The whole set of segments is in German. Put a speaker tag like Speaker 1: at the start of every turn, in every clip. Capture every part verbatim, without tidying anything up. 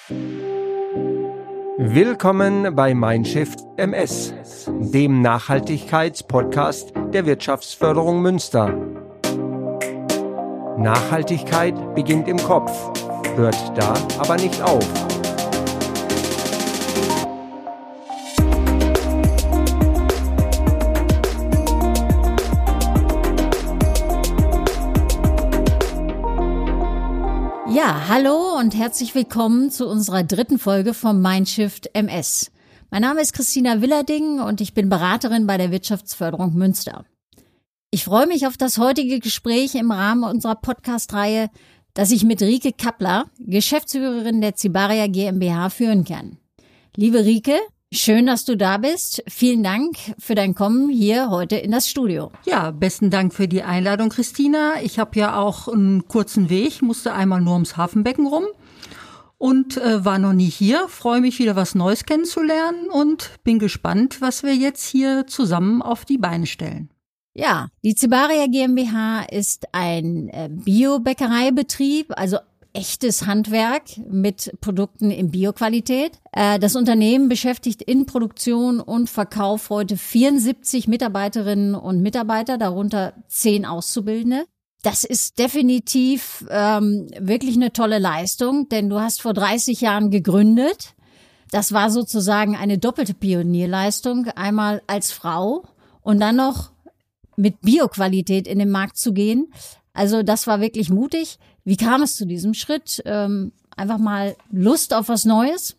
Speaker 1: Willkommen bei Mindshift M S, dem Nachhaltigkeitspodcast der Wirtschaftsförderung Münster. Nachhaltigkeit beginnt im Kopf, hört da aber nicht auf.
Speaker 2: Ja, hallo und herzlich willkommen zu unserer dritten Folge vom Mindshift M S. Mein Name ist Christina Willerding und ich bin Beraterin bei der Wirtschaftsförderung Münster. Ich freue mich auf das heutige Gespräch im Rahmen unserer Podcast-Reihe, das ich mit Rike Kappler, Geschäftsführerin der Cibaria GmbH, führen kann. Liebe Rike, schön, dass du da bist. Vielen Dank für dein Kommen hier heute in das Studio.
Speaker 3: Ja, besten Dank für die Einladung, Christina. Ich habe ja auch einen kurzen Weg, musste einmal nur ums Hafenbecken rum und äh, war noch nie hier. Freue mich, wieder was Neues kennenzulernen und bin gespannt, was wir jetzt hier zusammen auf die Beine stellen.
Speaker 2: Ja, die Cibaria GmbH ist ein äh, Bio-Bäckereibetrieb, also echtes Handwerk mit Produkten in Bioqualität. Äh, das Unternehmen beschäftigt in Produktion und Verkauf heute vierundsiebzig Mitarbeiterinnen und Mitarbeiter, darunter zehn Auszubildende. Das ist definitiv ähm, wirklich eine tolle Leistung, denn du hast vor dreißig Jahren gegründet. Das war sozusagen eine doppelte Pionierleistung, einmal als Frau und dann noch mit Bioqualität in den Markt zu gehen. Also das war wirklich mutig. Wie kam es zu diesem Schritt? Ähm, einfach mal Lust auf was Neues?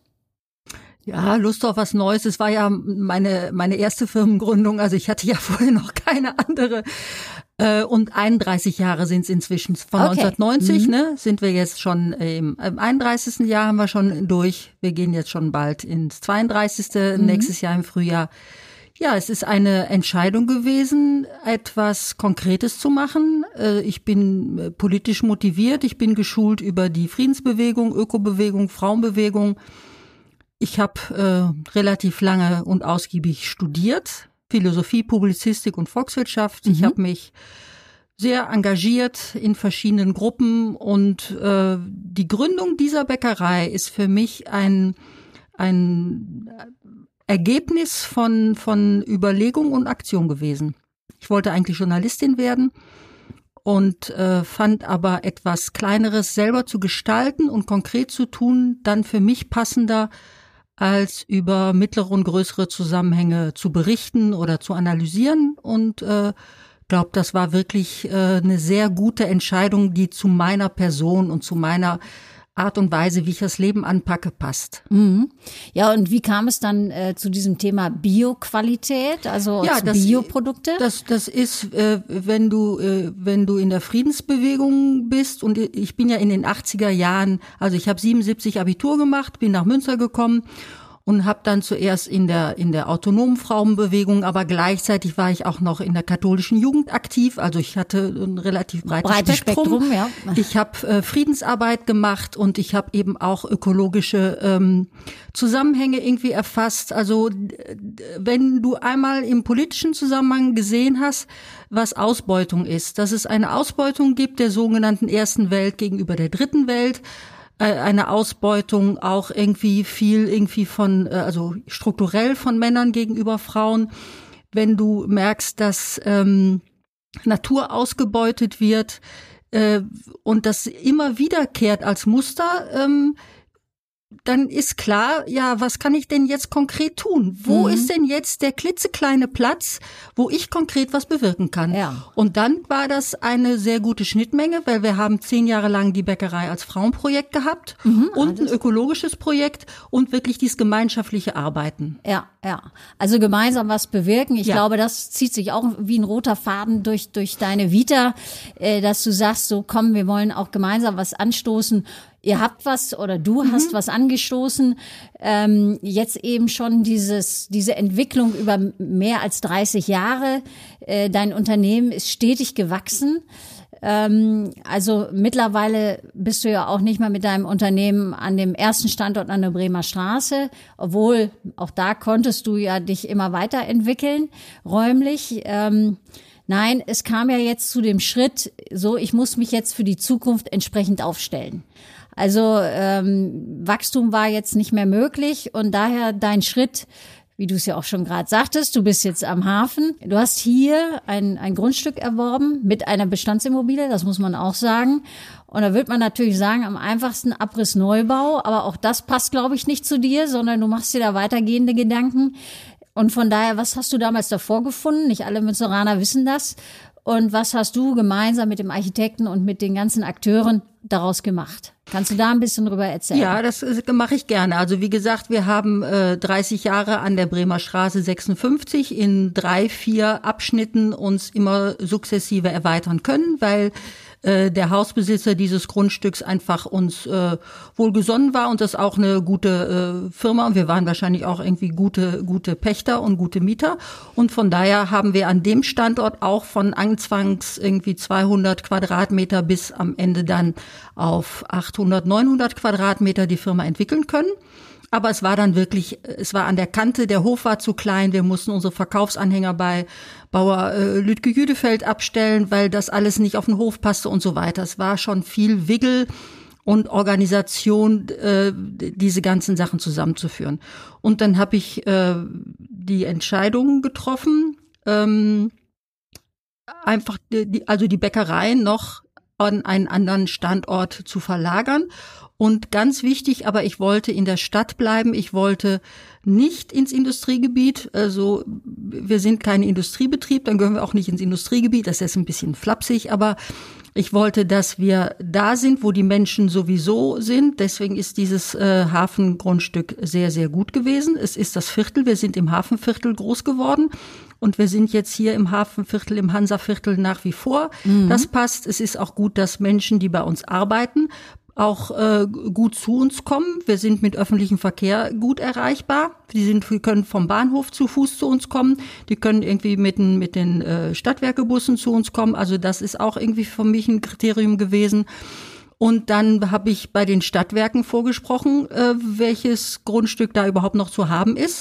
Speaker 3: Ja, Lust auf was Neues. Es war ja meine meine erste Firmengründung. Also ich hatte ja vorher noch keine andere. Äh, und einunddreißig Jahre sind es inzwischen. Von okay. neunzehnhundertneunzig mhm. ne, sind wir jetzt schon im, im einunddreißigsten Jahr haben wir schon durch. Wir gehen jetzt schon bald ins zweiunddreißigste Mhm. nächstes Jahr im Frühjahr. Ja, es ist eine Entscheidung gewesen, etwas Konkretes zu machen. Ich bin politisch motiviert, ich bin geschult über die Friedensbewegung, Ökobewegung, Frauenbewegung. Ich habe äh, relativ lange und ausgiebig studiert, Philosophie, Publizistik und Volkswirtschaft. Mhm. Ich habe mich sehr engagiert in verschiedenen Gruppen und äh, die Gründung dieser Bäckerei ist für mich ein ein Ergebnis von von Überlegung und Aktion gewesen. Ich wollte eigentlich Journalistin werden und äh, fand aber etwas Kleineres selber zu gestalten und konkret zu tun, dann für mich passender, als über mittlere und größere Zusammenhänge zu berichten oder zu analysieren. Und äh, glaube, das war wirklich äh, eine sehr gute Entscheidung, die zu meiner Person und zu meiner Art und Weise, wie ich das Leben anpacke, passt.
Speaker 2: Mhm. Ja, und wie kam es dann äh, zu diesem Thema Bioqualität, also
Speaker 3: ja, das,
Speaker 2: Bioprodukte?
Speaker 3: Das, das ist, äh, wenn du, äh, wenn du in der Friedensbewegung bist, und ich bin ja in den achtziger Jahren, also ich habe siebenundsiebzig Abitur gemacht, bin nach Münster gekommen und habe dann zuerst in der in der autonomen Frauenbewegung, aber gleichzeitig war ich auch noch in der katholischen Jugend aktiv. Also ich hatte ein relativ breites, breites Spektrum. Spektrum ja. Ich habe äh, Friedensarbeit gemacht und ich habe eben auch ökologische ähm, Zusammenhänge irgendwie erfasst. Also wenn du einmal im politischen Zusammenhang gesehen hast, was Ausbeutung ist, dass es eine Ausbeutung gibt der sogenannten ersten Welt gegenüber der dritten Welt, eine Ausbeutung auch irgendwie viel irgendwie von, also strukturell von Männern gegenüber Frauen. Wenn du merkst, dass ähm, Natur ausgebeutet wird äh, und das immer wiederkehrt als Muster, ähm, dann ist klar, ja, was kann ich denn jetzt konkret tun? Wo mhm. ist denn jetzt der klitzekleine Platz, wo ich konkret was bewirken kann?
Speaker 2: Ja.
Speaker 3: Und dann war das eine sehr gute Schnittmenge, weil wir haben zehn Jahre lang die Bäckerei als Frauenprojekt gehabt mhm, und ein ökologisches Projekt und wirklich dieses gemeinschaftliche Arbeiten.
Speaker 2: Ja, ja. Also gemeinsam was bewirken. Ich ja. glaube, das zieht sich auch wie ein roter Faden durch durch deine Vita, äh, dass du sagst, so komm, wir wollen auch gemeinsam was anstoßen. Ihr habt was oder du mhm. hast was angestoßen, ähm, jetzt eben schon dieses diese Entwicklung über mehr als dreißig Jahre. Äh, dein Unternehmen ist stetig gewachsen. Ähm, also mittlerweile bist du ja auch nicht mehr mit deinem Unternehmen an dem ersten Standort an der Bremer Straße, obwohl auch da konntest du ja dich immer weiterentwickeln, räumlich. Ähm, nein, es kam ja jetzt zu dem Schritt, so ich muss mich jetzt für die Zukunft entsprechend aufstellen. Also ähm, Wachstum war jetzt nicht mehr möglich und daher dein Schritt, wie du es ja auch schon gerade sagtest, du bist jetzt am Hafen. Du hast hier ein, ein Grundstück erworben mit einer Bestandsimmobilie, das muss man auch sagen. Und da wird man natürlich sagen, am einfachsten Abriss-Neubau, aber auch das passt, glaube ich, nicht zu dir, sondern du machst dir da weitergehende Gedanken. Und von daher, was hast du damals davor gefunden? Nicht alle Münsteraner wissen das. Und was hast du gemeinsam mit dem Architekten und mit den ganzen Akteuren daraus gemacht? Kannst du da ein bisschen drüber erzählen?
Speaker 3: Ja, das mache ich gerne. Also wie gesagt, wir haben äh, dreißig Jahre an der Bremer Straße sechsundfünfzig in drei, vier Abschnitten uns immer sukzessive erweitern können, weil äh, der Hausbesitzer dieses Grundstücks einfach uns äh, wohlgesonnen war und das auch eine gute äh, Firma. Und wir waren wahrscheinlich auch irgendwie gute gute Pächter und gute Mieter. Und von daher haben wir an dem Standort auch von anfangs irgendwie zweihundert Quadratmeter bis am Ende dann auf achthundert, neunhundert Quadratmeter die Firma entwickeln können. Aber es war dann wirklich, es war an der Kante, der Hof war zu klein, wir mussten unsere Verkaufsanhänger bei Bauer äh, Lüdke-Jüdefeld abstellen, weil das alles nicht auf den Hof passte und so weiter. Es war schon viel Wiggle und Organisation, äh, diese ganzen Sachen zusammenzuführen. Und dann habe ich äh, die Entscheidung getroffen, ähm, einfach, die, also die Bäckerei noch an einen anderen Standort zu verlagern. Und ganz wichtig, aber ich wollte in der Stadt bleiben. Ich wollte nicht ins Industriegebiet. Also wir sind kein Industriebetrieb, dann gehören wir auch nicht ins Industriegebiet. Das ist ein bisschen flapsig, aber ich wollte, dass wir da sind, wo die Menschen sowieso sind. Deswegen ist dieses äh, Hafengrundstück sehr, sehr gut gewesen. Es ist das Viertel. Wir sind im Hafenviertel groß geworden. Und wir sind jetzt hier im Hafenviertel, im Hansaviertel nach wie vor. Mhm. Das passt. Es ist auch gut, dass Menschen, die bei uns arbeiten, auch äh, gut zu uns kommen. Wir sind mit öffentlichem Verkehr gut erreichbar. Die sind, wir können vom Bahnhof zu Fuß zu uns kommen. Die können irgendwie mit den, mit den äh, Stadtwerkebussen zu uns kommen. Also das ist auch irgendwie für mich ein Kriterium gewesen. Und dann habe ich bei den Stadtwerken vorgesprochen, äh, welches Grundstück da überhaupt noch zu haben ist.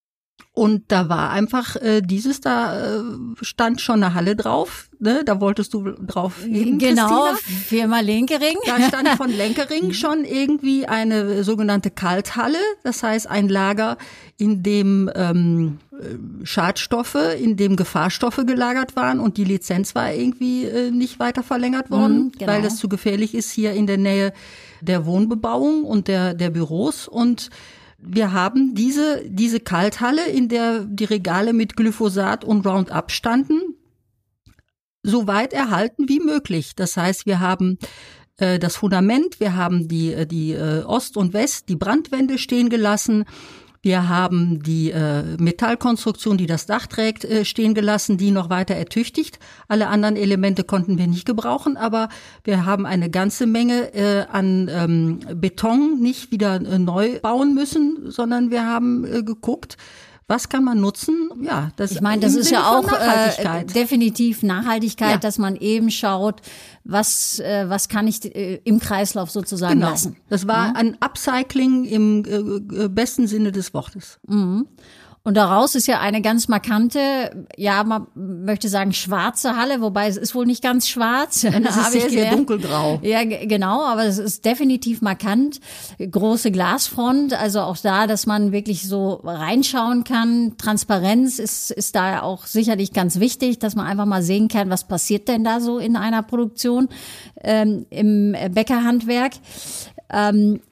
Speaker 3: Und da war einfach äh, dieses, da äh, stand schon eine Halle drauf, ne? Da wolltest du drauf hin,
Speaker 2: Genau,
Speaker 3: Christina.
Speaker 2: Firma Lenkering.
Speaker 3: Da stand von Lenkering schon irgendwie eine sogenannte Kalthalle, das heißt ein Lager, in dem ähm, Schadstoffe, in dem Gefahrstoffe gelagert waren und die Lizenz war irgendwie äh, nicht weiter verlängert worden, mhm, genau. Weil das zu gefährlich ist hier in der Nähe der Wohnbebauung und der der Büros. Und wir haben diese, diese Kalthalle, in der die Regale mit Glyphosat und Roundup standen, so weit erhalten wie möglich. Das heißt, wir haben äh, das Fundament, wir haben die, die äh, Ost und West, die Brandwände stehen gelassen. Wir haben die äh, Metallkonstruktion, die das Dach trägt, äh, stehen gelassen, die noch weiter ertüchtigt. Alle anderen Elemente konnten wir nicht gebrauchen, aber wir haben eine ganze Menge äh, an ähm, Beton nicht wieder äh, neu bauen müssen, sondern wir haben äh, geguckt, was kann man nutzen? Ja, das,
Speaker 2: ich meine, das ist
Speaker 3: Sinne
Speaker 2: ja auch
Speaker 3: Nachhaltigkeit.
Speaker 2: Äh, definitiv Nachhaltigkeit, ja. Dass man eben schaut, was äh, was kann ich äh, im Kreislauf sozusagen
Speaker 3: genau.
Speaker 2: lassen.
Speaker 3: Das war
Speaker 2: ja.
Speaker 3: ein Upcycling im äh, besten Sinne des Wortes.
Speaker 2: Mhm. Und daraus ist ja eine ganz markante, ja, man möchte sagen schwarze Halle, wobei es ist wohl nicht ganz schwarz.
Speaker 3: Es ist sehr, sehr dunkelgrau.
Speaker 2: Ja, g- genau, aber es ist definitiv markant. Große Glasfront, also auch da, dass man wirklich so reinschauen kann. Transparenz ist, ist da ja auch sicherlich ganz wichtig, dass man einfach mal sehen kann, was passiert denn da so in einer Produktion ähm, im Bäckerhandwerk. Ähm,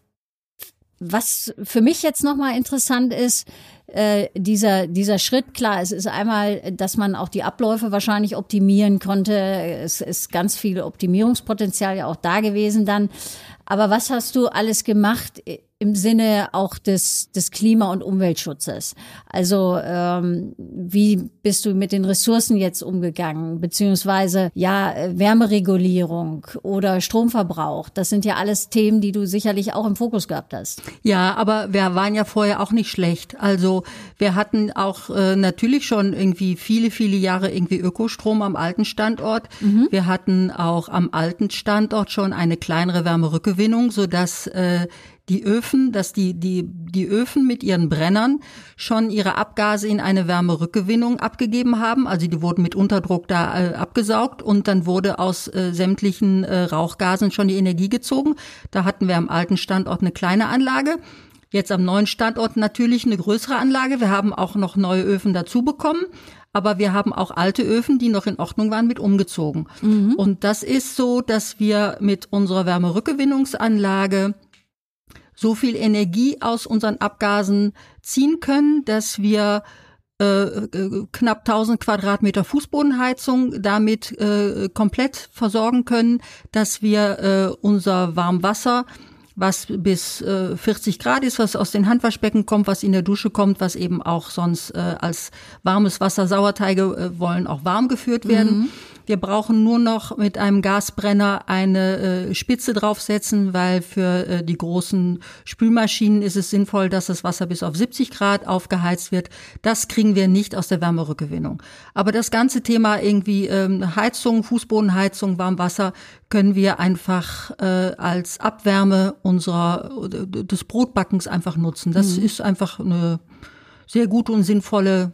Speaker 2: was für mich jetzt nochmal interessant ist, Äh, dieser dieser Schritt, klar, es ist einmal, dass man auch die Abläufe wahrscheinlich optimieren konnte. Es ist ganz viel Optimierungspotenzial ja auch da gewesen dann. Aber was hast du alles gemacht im Sinne auch des des Klima- und Umweltschutzes? Also ähm, wie bist du mit den Ressourcen jetzt umgegangen? Beziehungsweise ja, Wärmeregulierung oder Stromverbrauch. Das sind ja alles Themen, die du sicherlich auch im Fokus gehabt hast.
Speaker 3: Ja, aber wir waren ja vorher auch nicht schlecht. Also wir hatten auch äh, natürlich schon irgendwie viele, viele Jahre irgendwie Ökostrom am alten Standort. Mhm. Wir hatten auch am alten Standort schon eine kleinere Wärmerückgewinnung, sodass äh, die Öfen, dass die die die Öfen mit ihren Brennern schon ihre Abgase in eine Wärmerückgewinnung abgegeben haben. Also die wurden mit Unterdruck da äh, abgesaugt und dann wurde aus äh, sämtlichen äh, Rauchgasen schon die Energie gezogen. Da hatten wir am alten Standort eine kleine Anlage. Jetzt am neuen Standort natürlich eine größere Anlage. Wir haben auch noch neue Öfen dazu bekommen. Aber wir haben auch alte Öfen, die noch in Ordnung waren, mit umgezogen. Mhm. Und das ist so, dass wir mit unserer Wärmerückgewinnungsanlage so viel Energie aus unseren Abgasen ziehen können, dass wir äh, knapp tausend Quadratmeter Fußbodenheizung damit äh, komplett versorgen können, dass wir äh, unser Warmwasser, was bis äh, vierzig Grad ist, was aus den Handwaschbecken kommt, was in der Dusche kommt, was eben auch sonst äh, als warmes Wasser, Sauerteige äh, wollen auch warm geführt werden. Mhm. Wir brauchen nur noch mit einem Gasbrenner eine äh, Spitze draufsetzen, weil für äh, die großen Spülmaschinen ist es sinnvoll, dass das Wasser bis auf siebzig Grad aufgeheizt wird. Das kriegen wir nicht aus der Wärmerückgewinnung. Aber das ganze Thema irgendwie ähm, Heizung, Fußbodenheizung, Warmwasser können wir einfach äh, als Abwärme unserer des Brotbackens einfach nutzen. Das mhm. ist einfach eine sehr gute und sinnvolle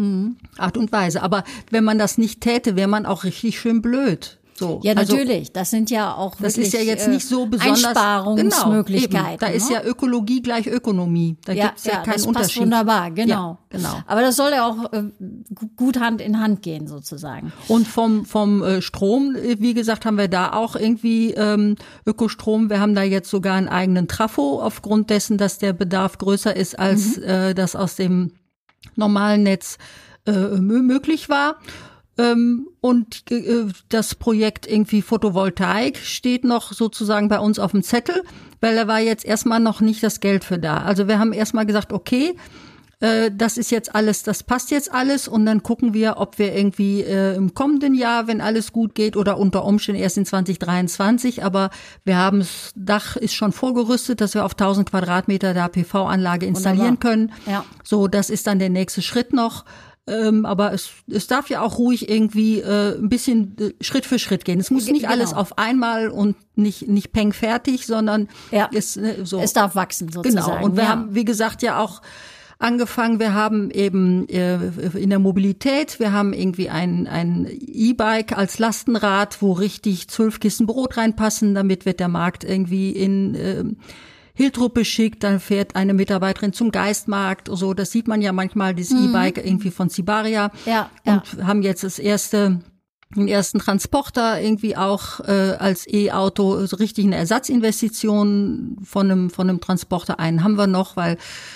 Speaker 3: Art und Weise. Aber wenn man das nicht täte, wäre man auch richtig schön blöd. So.
Speaker 2: Ja,
Speaker 3: also,
Speaker 2: natürlich. Das sind ja auch
Speaker 3: das
Speaker 2: wirklich
Speaker 3: ist ja jetzt nicht so besonders,
Speaker 2: Einsparungsmöglichkeiten.
Speaker 3: Genau, da ist
Speaker 2: ne?
Speaker 3: ja Ökologie gleich Ökonomie. Da
Speaker 2: ja,
Speaker 3: gibt's ja,
Speaker 2: ja
Speaker 3: keinen
Speaker 2: das
Speaker 3: Unterschied.
Speaker 2: Passt wunderbar, genau.
Speaker 3: Ja, genau.
Speaker 2: Aber das soll ja auch äh, gut Hand in Hand gehen, sozusagen.
Speaker 3: Und vom vom äh, Strom, wie gesagt, haben wir da auch irgendwie ähm, Ökostrom. Wir haben da jetzt sogar einen eigenen Trafo aufgrund dessen, dass der Bedarf größer ist, als mhm. äh, das aus dem normalen Netz äh, möglich war. Ähm, und äh, das Projekt irgendwie Photovoltaik steht noch sozusagen bei uns auf dem Zettel, weil da war jetzt erstmal noch nicht das Geld für da. Also wir haben erstmal gesagt, okay, äh, das ist jetzt alles, das passt jetzt alles und dann gucken wir, ob wir irgendwie äh, im kommenden Jahr, wenn alles gut geht oder unter Umständen erst in zwanzig dreiundzwanzig, aber wir haben das Dach ist schon vorgerüstet, dass wir auf tausend Quadratmeter da P V-Anlage installieren Wunderbar. können. Ja. So, das ist dann der nächste Schritt noch. Ähm, aber es, es darf ja auch ruhig irgendwie äh, ein bisschen äh, Schritt für Schritt gehen. Es muss nicht genau. alles auf einmal und nicht nicht peng fertig, sondern
Speaker 2: ja.
Speaker 3: es, äh, so.
Speaker 2: es darf wachsen sozusagen.
Speaker 3: Genau. Und wir
Speaker 2: ja.
Speaker 3: haben, wie gesagt, ja auch angefangen. Wir haben eben äh, in der Mobilität, wir haben irgendwie ein ein E-Bike als Lastenrad, wo richtig zwölf Kisten Brot reinpassen. Damit wird der Markt irgendwie in äh, Hiltrup beschickt, dann fährt eine Mitarbeiterin zum Geistmarkt, so, das sieht man ja manchmal, dieses mhm. E-Bike irgendwie von Cibaria.
Speaker 2: Ja,
Speaker 3: und
Speaker 2: ja.
Speaker 3: haben jetzt das erste, den ersten Transporter irgendwie auch äh, als E-Auto, so richtig eine Ersatzinvestition von einem von einem Transporter. Einen haben wir noch, weil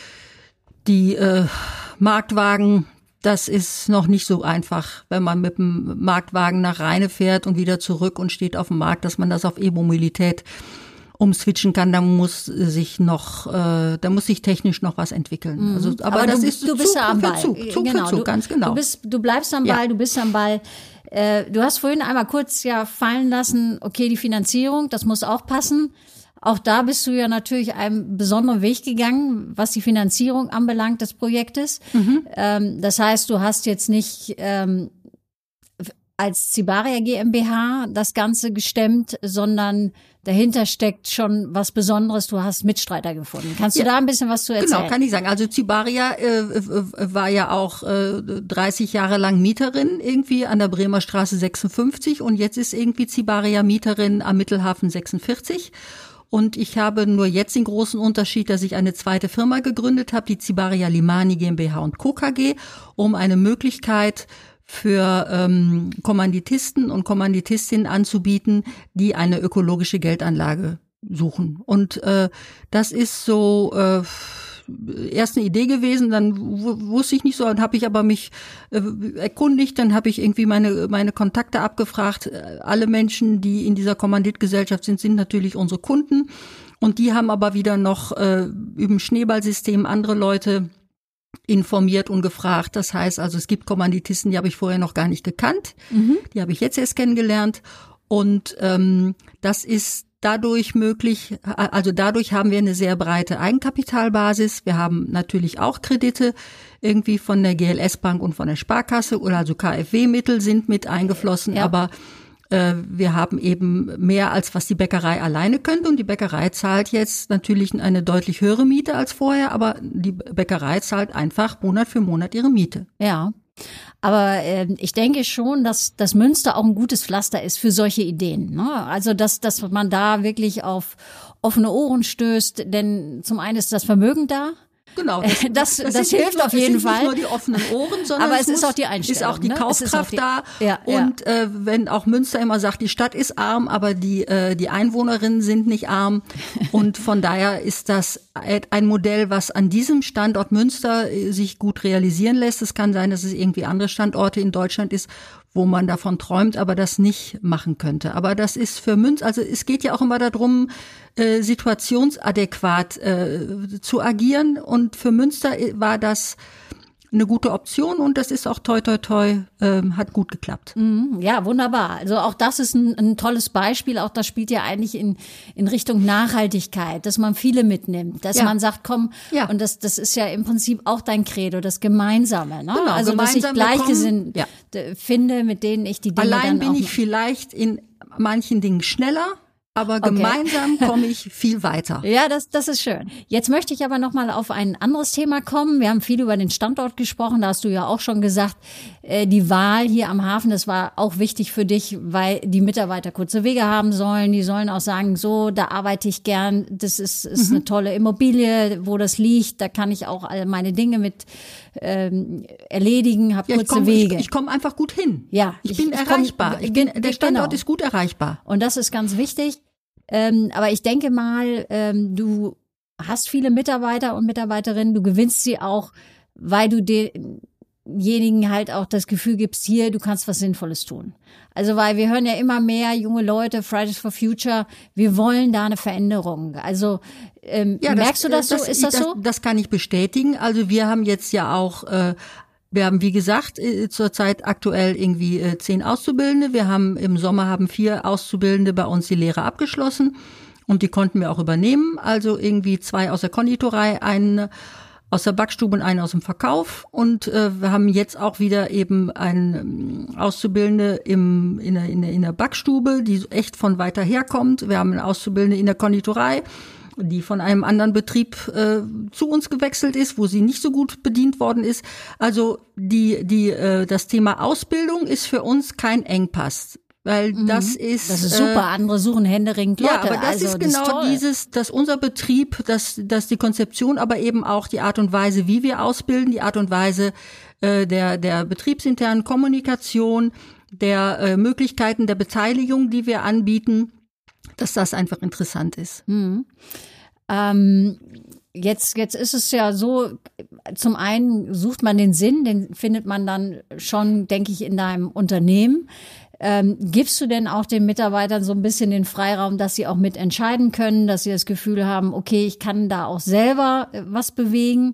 Speaker 3: die äh, Marktwagen, das ist noch nicht so einfach, wenn man mit dem Marktwagen nach Rheine fährt und wieder zurück und steht auf dem Markt, dass man das auf E-Mobilität umswitchen kann, da muss sich noch, äh, da muss sich technisch noch was entwickeln. Also, aber, aber das
Speaker 2: du,
Speaker 3: ist
Speaker 2: du bist
Speaker 3: Zug
Speaker 2: ja am Ball.
Speaker 3: für Zug, Zug
Speaker 2: genau,
Speaker 3: für Zug,
Speaker 2: du,
Speaker 3: ganz genau.
Speaker 2: Du bist, du bleibst am Ball, ja. du bist am Ball. Äh, du hast vorhin einmal kurz ja fallen lassen, okay, die Finanzierung, das muss auch passen. Auch da bist du ja natürlich einen besonderen Weg gegangen, was die Finanzierung anbelangt des Projektes. Mhm. Ähm, das heißt, du hast jetzt nicht ähm, als Cibaria GmbH das Ganze gestemmt, sondern dahinter steckt schon was Besonderes. Du hast Mitstreiter gefunden. Kannst du ja. da ein bisschen was zu erzählen?
Speaker 3: Genau, kann ich sagen. Also Cibaria äh, war ja auch äh, dreißig Jahre lang Mieterin irgendwie an der Bremer Straße sechsundfünfzig und jetzt ist irgendwie Cibaria Mieterin am Mittelhafen sechsundvierzig. Und ich habe nur jetzt den großen Unterschied, dass ich eine zweite Firma gegründet habe, die Cibaria Limani GmbH und Co. K G, um eine Möglichkeit für ähm, Kommanditisten und Kommanditistinnen anzubieten, die eine ökologische Geldanlage suchen. Und äh, das ist so äh, erst eine Idee gewesen, dann w- wusste ich nicht so, dann habe ich aber mich äh, erkundigt, dann habe ich irgendwie meine meine Kontakte abgefragt. Alle Menschen, die in dieser Kommanditgesellschaft sind, sind natürlich unsere Kunden. Und die haben aber wieder noch äh, über ein Schneeballsystem andere Leute informiert und gefragt. Das heißt also, es gibt Kommanditisten, die habe ich vorher noch gar nicht gekannt. Mhm. Die habe ich jetzt erst kennengelernt. Und ähm, das ist dadurch möglich, also dadurch haben wir eine sehr breite Eigenkapitalbasis. Wir haben natürlich auch Kredite irgendwie von der G L S Bank und von der Sparkasse oder also K f W-Mittel sind mit eingeflossen. Ja. Aber Äh, wir haben eben mehr, als was die Bäckerei alleine könnte. Und die Bäckerei zahlt jetzt natürlich eine deutlich höhere Miete als vorher, aber die Bäckerei zahlt einfach Monat für Monat ihre Miete.
Speaker 2: Ja. Aber äh, ich denke schon, dass, dass Münster auch ein gutes Pflaster ist für solche Ideen. Ne? Also, dass, dass man da wirklich auf offene Ohren stößt, denn zum einen ist das Vermögen da.
Speaker 3: Genau.
Speaker 2: Das, das, das hilft nur, auf jeden Fall.
Speaker 3: Es sind nicht nur die offenen Ohren, sondern
Speaker 2: aber
Speaker 3: es,
Speaker 2: es ist
Speaker 3: muss,
Speaker 2: auch die Einstellung.
Speaker 3: Ist auch die
Speaker 2: ne?
Speaker 3: Kaufkraft
Speaker 2: auch die,
Speaker 3: da.
Speaker 2: Ja,
Speaker 3: und
Speaker 2: ja.
Speaker 3: Äh, wenn auch Münster immer sagt, die Stadt ist arm, aber die äh, die Einwohnerinnen sind nicht arm. Und von daher ist das ein Modell, was an diesem Standort Münster äh, sich gut realisieren lässt. Es kann sein, dass es irgendwie andere Standorte in Deutschland ist, wo man davon träumt, aber das nicht machen könnte. Aber das ist für Münster, also es geht ja auch immer darum, äh, situationsadäquat äh, zu agieren. Und für Münster war das eine gute Option und das ist auch toi toi toi, äh, hat gut geklappt.
Speaker 2: Ja, wunderbar. Also auch das ist ein, ein tolles Beispiel. Auch das spielt ja eigentlich in, in Richtung Nachhaltigkeit, dass man viele mitnimmt, dass
Speaker 3: ja.
Speaker 2: man sagt, komm,
Speaker 3: ja.
Speaker 2: und das, das ist ja im Prinzip auch dein Credo, das Gemeinsame. Ne?
Speaker 3: Genau,
Speaker 2: also, dass ich Gleichgesinnt
Speaker 3: ja.
Speaker 2: finde, mit denen ich die Dinge
Speaker 3: Allein
Speaker 2: dann
Speaker 3: bin
Speaker 2: auch
Speaker 3: ich vielleicht in manchen Dingen schneller, aber okay. gemeinsam komme ich viel weiter.
Speaker 2: Ja, das, das ist schön. Jetzt möchte ich aber noch mal auf ein anderes Thema kommen. Wir haben viel über den Standort gesprochen. Da hast du ja auch schon gesagt, äh, die Wahl hier am Hafen, das war auch wichtig für dich, weil die Mitarbeiter kurze Wege haben sollen. Die sollen auch sagen, so, da arbeite ich gern. Das ist, ist mhm. eine tolle Immobilie, wo das liegt. Da kann ich auch all meine Dinge mit ähm, erledigen, habe
Speaker 3: ja,
Speaker 2: kurze
Speaker 3: komm,
Speaker 2: Wege.
Speaker 3: Ich, ich komme einfach gut hin.
Speaker 2: Ja,
Speaker 3: ich, ich bin
Speaker 2: ich
Speaker 3: erreichbar.
Speaker 2: Komm,
Speaker 3: ich bin, der Standort
Speaker 2: genau.
Speaker 3: ist gut erreichbar.
Speaker 2: Und das ist ganz wichtig. Ähm, aber ich denke mal, ähm, du hast viele Mitarbeiter und Mitarbeiterinnen, du gewinnst sie auch, weil du denjenigen halt auch das Gefühl gibst, hier, du kannst was Sinnvolles tun. Also, weil wir hören ja immer mehr junge Leute, Fridays for Future, wir wollen da eine Veränderung. Also, ähm,
Speaker 3: ja,
Speaker 2: merkst
Speaker 3: das,
Speaker 2: du das,
Speaker 3: das
Speaker 2: so? Ist das, das so?
Speaker 3: Das kann ich bestätigen. Also, wir haben jetzt ja auch äh, Wir haben, wie gesagt, zurzeit aktuell irgendwie zehn Auszubildende. Wir haben im Sommer haben vier Auszubildende bei uns die Lehre abgeschlossen und die konnten wir auch übernehmen. Also irgendwie zwei aus der Konditorei, einen aus der Backstube und einen aus dem Verkauf. Und äh, wir haben jetzt auch wieder eben einen Auszubildende im, in, der, in, der, in der Backstube, die echt von weiter her kommt. Wir haben einen Auszubildende in der Konditorei, die von einem anderen Betrieb äh, zu uns gewechselt ist, wo sie nicht so gut bedient worden ist. Also die die äh, das Thema Ausbildung ist für uns kein Engpass, weil mhm. das ist
Speaker 2: das ist super. Äh, Andere suchen händeringend Leute.
Speaker 3: Ja, aber das
Speaker 2: also,
Speaker 3: ist genau
Speaker 2: das ist
Speaker 3: dieses, dass unser Betrieb, dass dass die Konzeption, aber eben auch die Art und Weise, wie wir ausbilden, die Art und Weise äh, der der betriebsinternen Kommunikation, der äh, Möglichkeiten der Beteiligung, die wir anbieten, dass das einfach interessant ist.
Speaker 2: Hm. Ähm, jetzt, jetzt ist es ja so, zum einen sucht man den Sinn, den findet man dann schon, denke ich, in deinem Unternehmen. Ähm, gibst du denn auch den Mitarbeitern so ein bisschen den Freiraum, dass sie auch mitentscheiden können, dass sie das Gefühl haben, okay, ich kann da auch selber was bewegen?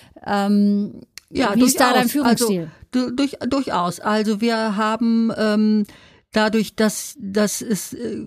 Speaker 2: Ähm,
Speaker 3: ja,
Speaker 2: wie
Speaker 3: durchaus.
Speaker 2: Ist da dein Führungsstil?
Speaker 3: Also, durch, durchaus. Also wir haben ähm, dadurch, dass, dass es äh,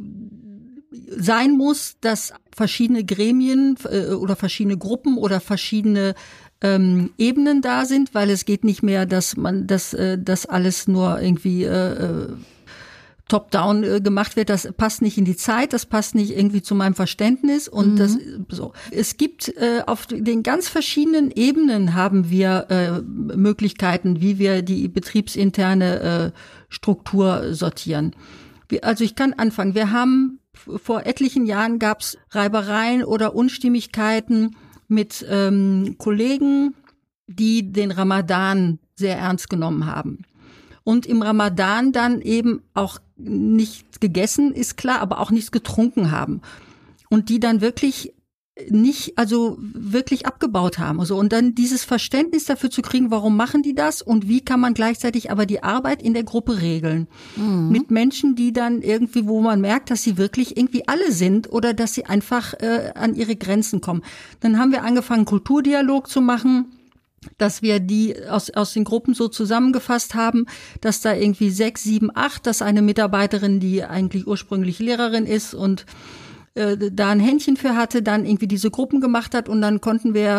Speaker 3: sein muss, dass verschiedene Gremien äh, oder verschiedene Gruppen oder verschiedene ähm, Ebenen da sind, weil es geht nicht mehr, dass man das äh, das alles nur irgendwie äh, top-down äh, gemacht wird. Das passt nicht in die Zeit, das passt nicht irgendwie zu meinem Verständnis und mhm. das so. Es gibt äh, auf den ganz verschiedenen Ebenen haben wir äh, Möglichkeiten, wie wir die betriebsinterne äh, Struktur sortieren. Wir, also ich kann anfangen. Wir haben vor etlichen Jahren gab es Reibereien oder Unstimmigkeiten mit ähm, Kollegen, die den Ramadan sehr ernst genommen haben. Und im Ramadan dann eben auch nichts gegessen, ist klar, aber auch nichts getrunken haben. Und die dann wirklich nicht, also wirklich abgebaut haben. Also, und dann dieses Verständnis dafür zu kriegen, warum machen die das und wie kann man gleichzeitig aber die Arbeit in der Gruppe regeln. Mhm. Mit Menschen, die dann irgendwie, wo man merkt, dass sie wirklich irgendwie alle sind oder dass sie einfach äh, an ihre Grenzen kommen. Dann haben wir angefangen, Kulturdialog zu machen, dass wir die aus, aus den Gruppen so zusammengefasst haben, dass da irgendwie sechs, sieben, acht, dass eine Mitarbeiterin, die eigentlich ursprünglich Lehrerin ist und da ein Händchen für hatte, dann irgendwie diese Gruppen gemacht hat und dann konnten wir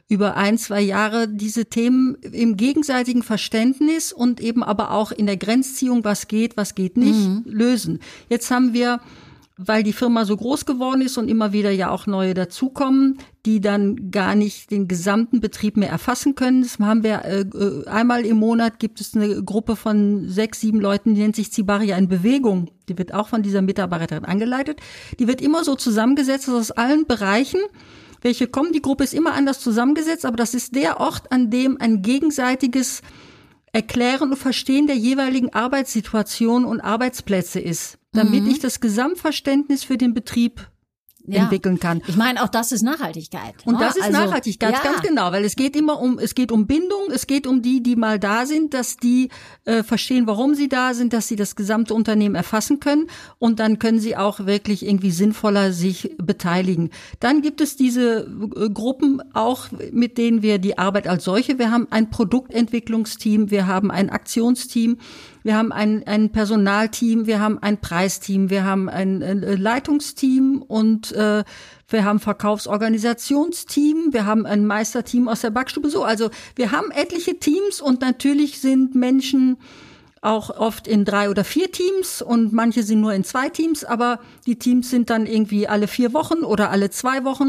Speaker 3: über ein, zwei Jahre diese Themen im gegenseitigen Verständnis und eben aber auch in der Grenzziehung, was geht, was geht nicht, mhm. lösen. Jetzt haben wir, weil die Firma so groß geworden ist und immer wieder ja auch neue dazukommen, die dann gar nicht den gesamten Betrieb mehr erfassen können. Das haben wir äh, einmal im Monat gibt es eine Gruppe von sechs, sieben Leuten, die nennt sich Cibaria in Bewegung. Die wird auch von dieser Mitarbeiterin angeleitet. Die wird immer so zusammengesetzt aus allen Bereichen, welche kommen. Die Gruppe ist immer anders zusammengesetzt, aber das ist der Ort, an dem ein gegenseitiges Erklären und Verstehen der jeweiligen Arbeitssituation und Arbeitsplätze ist, damit mhm. ich das Gesamtverständnis für den Betrieb ja. entwickeln kann.
Speaker 2: Ich meine, auch das ist Nachhaltigkeit.
Speaker 3: Und
Speaker 2: ne?
Speaker 3: das ist also, Nachhaltigkeit, ja. ganz genau, weil es geht immer um, es geht um Bindung, es geht um die, die mal da sind, dass die äh, verstehen, warum sie da sind, dass sie das gesamte Unternehmen erfassen können und dann können sie auch wirklich irgendwie sinnvoller sich beteiligen. Dann gibt es diese äh, Gruppen auch, mit denen wir die Arbeit als solche, wir haben ein Produktentwicklungsteam, wir haben ein Aktionsteam, wir haben ein, ein Personalteam, wir haben ein Preisteam, wir haben ein, ein Leitungsteam und äh, wir haben Verkaufsorganisationsteam, wir haben ein Meisterteam aus der Backstube. So, also wir haben etliche Teams und natürlich sind Menschen auch oft in drei oder vier Teams und manche sind nur in zwei Teams, aber die Teams sind dann irgendwie alle vier Wochen oder alle zwei Wochen.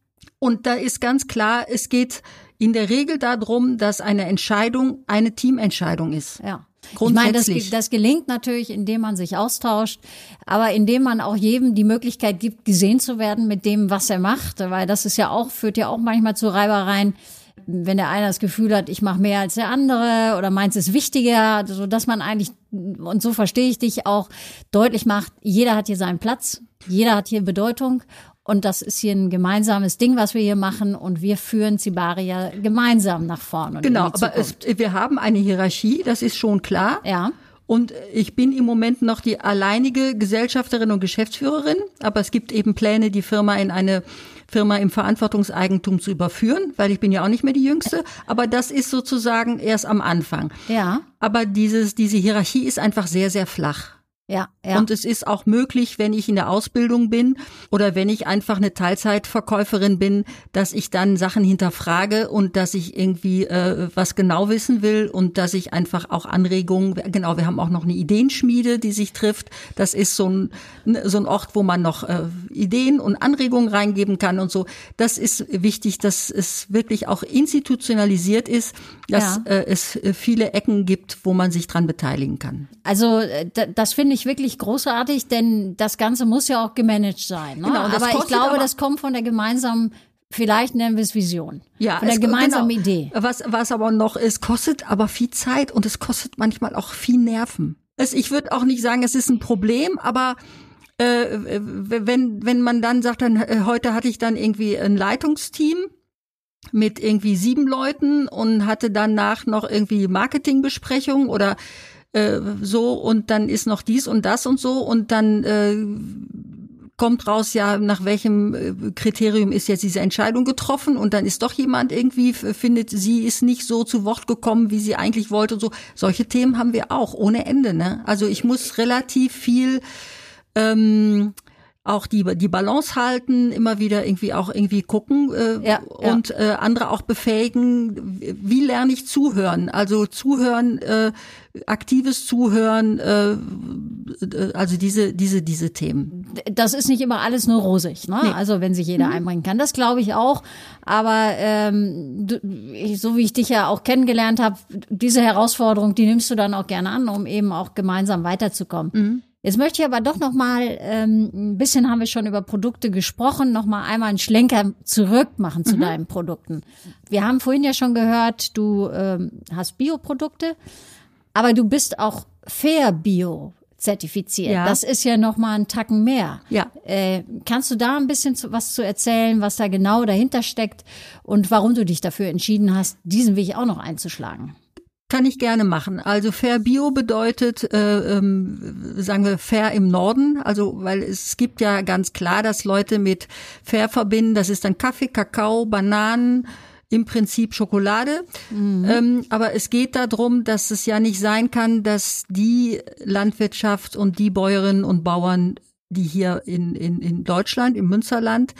Speaker 3: Und da ist ganz klar, es geht in der Regel darum, dass eine Entscheidung eine Teamentscheidung ist.
Speaker 2: Ja. Ich meine, das, das gelingt natürlich, indem man sich austauscht, aber indem man auch jedem die Möglichkeit gibt, gesehen zu werden mit dem, was er macht, weil das ist ja auch, führt ja auch manchmal zu Reibereien, wenn der eine das Gefühl hat, ich mache mehr als der andere oder meins ist wichtiger, so dass man eigentlich, und so verstehe ich dich, auch deutlich macht, jeder hat hier seinen Platz, jeder hat hier Bedeutung. Und das ist hier ein gemeinsames Ding, was wir hier machen. Und wir führen Cibaria gemeinsam nach vorne. Und
Speaker 3: genau, aber es, wir haben eine Hierarchie, das ist schon klar.
Speaker 2: Ja.
Speaker 3: Und ich bin im Moment noch die alleinige Gesellschafterin und Geschäftsführerin. Aber es gibt eben Pläne, die Firma in eine Firma im Verantwortungseigentum zu überführen, weil ich bin ja auch nicht mehr die Jüngste. Aber das ist sozusagen erst am Anfang.
Speaker 2: Ja.
Speaker 3: Aber dieses, diese Hierarchie ist einfach sehr, sehr flach.
Speaker 2: Ja, ja.
Speaker 3: Und es ist auch möglich, wenn ich in der Ausbildung bin oder wenn ich einfach eine Teilzeitverkäuferin bin, dass ich dann Sachen hinterfrage und dass ich irgendwie äh, was genau wissen will und dass ich einfach auch Anregungen, genau, wir haben auch noch eine Ideenschmiede, die sich trifft. Das ist so ein, so ein Ort, wo man noch äh, Ideen und Anregungen reingeben kann und so. Das ist wichtig, dass es wirklich auch institutionalisiert ist, dass ja. äh, es viele Ecken gibt, wo man sich dran beteiligen kann.
Speaker 2: Also das finde ich wirklich großartig, denn das Ganze muss ja auch gemanagt sein. Ne?
Speaker 3: Genau,
Speaker 2: aber ich glaube, aber das kommt von der gemeinsamen, vielleicht nennen wir es Vision,
Speaker 3: ja,
Speaker 2: von der
Speaker 3: es,
Speaker 2: gemeinsamen
Speaker 3: genau.
Speaker 2: Idee.
Speaker 3: Was, was aber noch, es kostet aber viel Zeit und es kostet manchmal auch viel Nerven. Es, ich würde auch nicht sagen, es ist ein Problem, aber äh, wenn, wenn man dann sagt, dann äh, heute hatte ich dann irgendwie ein Leitungsteam mit irgendwie sieben Leuten und hatte danach noch irgendwie Marketingbesprechung oder so und dann ist noch dies und das und so und dann äh, kommt raus, ja, nach welchem Kriterium ist jetzt diese Entscheidung getroffen und dann ist doch jemand irgendwie, findet, sie ist nicht so zu Wort gekommen, wie sie eigentlich wollte und so. Solche Themen haben wir auch ohne Ende, ne? Also ich muss relativ viel ähm, auch die die Balance halten, immer wieder irgendwie auch irgendwie gucken äh,
Speaker 2: ja, ja.
Speaker 3: und äh, andere auch befähigen. Wie lerne ich zuhören? Also zuhören, äh, aktives Zuhören, äh, also diese diese diese Themen.
Speaker 2: Das ist nicht immer alles nur rosig, ne? Nee. Also wenn sich jeder mhm. einbringen kann, das glaube ich auch. Aber ähm, du, ich, so wie ich dich ja auch kennengelernt habe, diese Herausforderung, die nimmst du dann auch gerne an, um eben auch gemeinsam weiterzukommen. Mhm. Jetzt möchte ich aber doch noch mal, ähm, ein bisschen haben wir schon über Produkte gesprochen, noch mal einmal einen Schlenker zurück machen zu mhm. deinen Produkten. Wir haben vorhin ja schon gehört, du ähm, hast Bioprodukte, aber du bist auch Fair Bio zertifiziert. Ja. Das ist ja noch mal ein Tacken mehr.
Speaker 3: Ja.
Speaker 2: Äh, kannst du da ein bisschen zu, was zu erzählen, was da genau dahinter steckt und warum du dich dafür entschieden hast, diesen Weg auch noch einzuschlagen?
Speaker 3: Kann ich gerne machen. Also Fair Bio bedeutet, äh, ähm, sagen wir, fair im Norden. Also weil es gibt ja ganz klar, dass Leute mit fair verbinden. Das ist dann Kaffee, Kakao, Bananen, im Prinzip Schokolade. Mhm. Ähm, aber es geht darum, dass es ja nicht sein kann, dass die Landwirtschaft und die Bäuerinnen und Bauern, die hier in, in, in Deutschland, im Münsterland,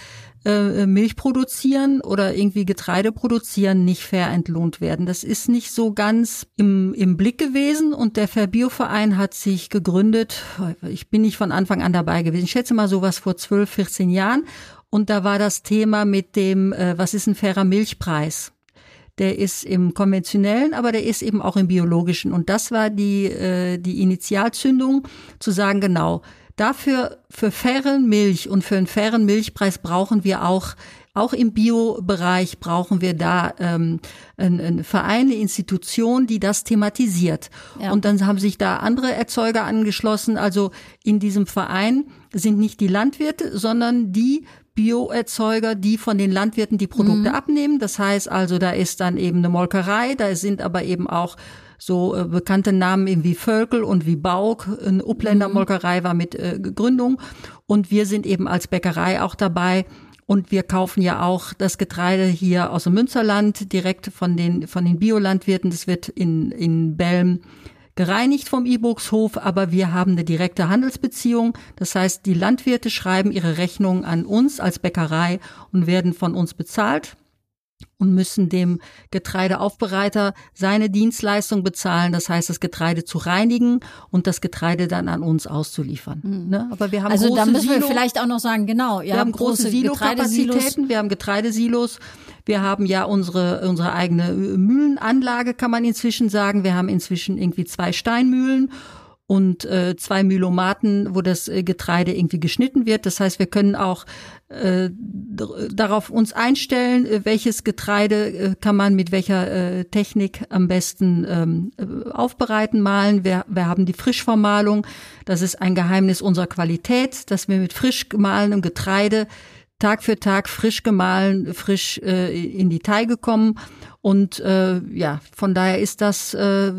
Speaker 3: äh, Milch produzieren oder irgendwie Getreide produzieren, nicht fair entlohnt werden. Das ist nicht so ganz im, im Blick gewesen und der Verbio-Verein hat sich gegründet, ich bin nicht von Anfang an dabei gewesen, ich schätze mal sowas vor zwölf, vierzehn Jahren und da war das Thema mit dem, äh, was ist ein fairer Milchpreis? Der ist im konventionellen, aber der ist eben auch im biologischen und das war die, äh, die Initialzündung, zu sagen, genau, dafür, für faire Milch und für einen fairen Milchpreis brauchen wir auch, auch im Bio-Bereich brauchen wir da ähm, eine, eine Verein, eine Institution, die das thematisiert. Ja. Und dann haben sich da andere Erzeuger angeschlossen. Also in diesem Verein sind nicht die Landwirte, sondern die Bioerzeuger, die von den Landwirten die Produkte mhm. abnehmen. Das heißt also, da ist dann eben eine Molkerei, da sind aber eben auch so äh, bekannte Namen eben wie Völkel und wie Bauk. Eine Uppländer Molkerei war mit äh, Gründung und wir sind eben als Bäckerei auch dabei und wir kaufen ja auch das Getreide hier aus dem Münsterland direkt von den von den Biolandwirten. Das wird in in Belm gereinigt vom Ibuchshof, aber wir haben eine direkte Handelsbeziehung. Das heißt, die Landwirte schreiben ihre Rechnungen an uns als Bäckerei und werden von uns bezahlt und müssen dem Getreideaufbereiter seine Dienstleistung bezahlen, das heißt, das Getreide zu reinigen und das Getreide dann an uns auszuliefern. Mhm. Ne? Aber wir haben
Speaker 2: also
Speaker 3: große
Speaker 2: da müssen wir
Speaker 3: Silo,
Speaker 2: vielleicht auch noch sagen, genau,
Speaker 3: wir haben große, große Silo-Kapazitäten, wir haben Getreidesilos, wir haben ja unsere unsere eigene Mühlenanlage, kann man inzwischen sagen. Wir haben inzwischen irgendwie zwei Steinmühlen und äh, zwei Mühlomaten, wo das äh, Getreide irgendwie geschnitten wird. Das heißt, wir können auch äh, d- darauf uns einstellen, äh, welches Getreide äh, kann man mit welcher äh, Technik am besten ähm, aufbereiten, mahlen. Wir, wir haben die Frischvermahlung. Das ist ein Geheimnis unserer Qualität, dass wir mit frisch gemahlenem Getreide Tag für Tag frisch gemahlen, frisch äh, in die Teige kommen. Und äh, ja, von daher ist das äh,